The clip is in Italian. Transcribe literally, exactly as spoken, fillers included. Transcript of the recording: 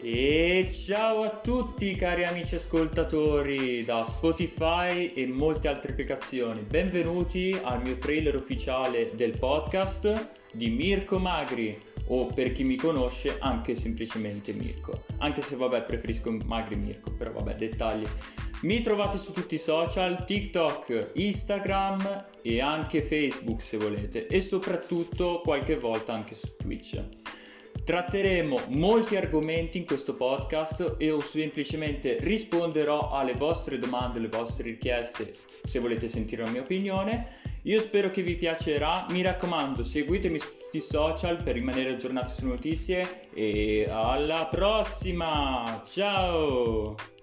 E ciao a tutti cari amici ascoltatori da Spotify e molte altre applicazioni. Benvenuti al mio trailer ufficiale del podcast di Mirko Magri, o per chi mi conosce anche semplicemente Mirko. Anche se vabbè preferisco Magri Mirko, però vabbè dettagli. Mi trovate su tutti i social, TikTok, Instagram e anche Facebook se volete, e soprattutto qualche volta anche su Twitch. Tratteremo molti argomenti in questo podcast e io semplicemente risponderò alle vostre domande, alle vostre richieste se volete sentire la mia opinione. Io spero che vi piacerà, mi raccomando seguitemi su tutti i social per rimanere aggiornati sulle notizie e alla prossima, ciao!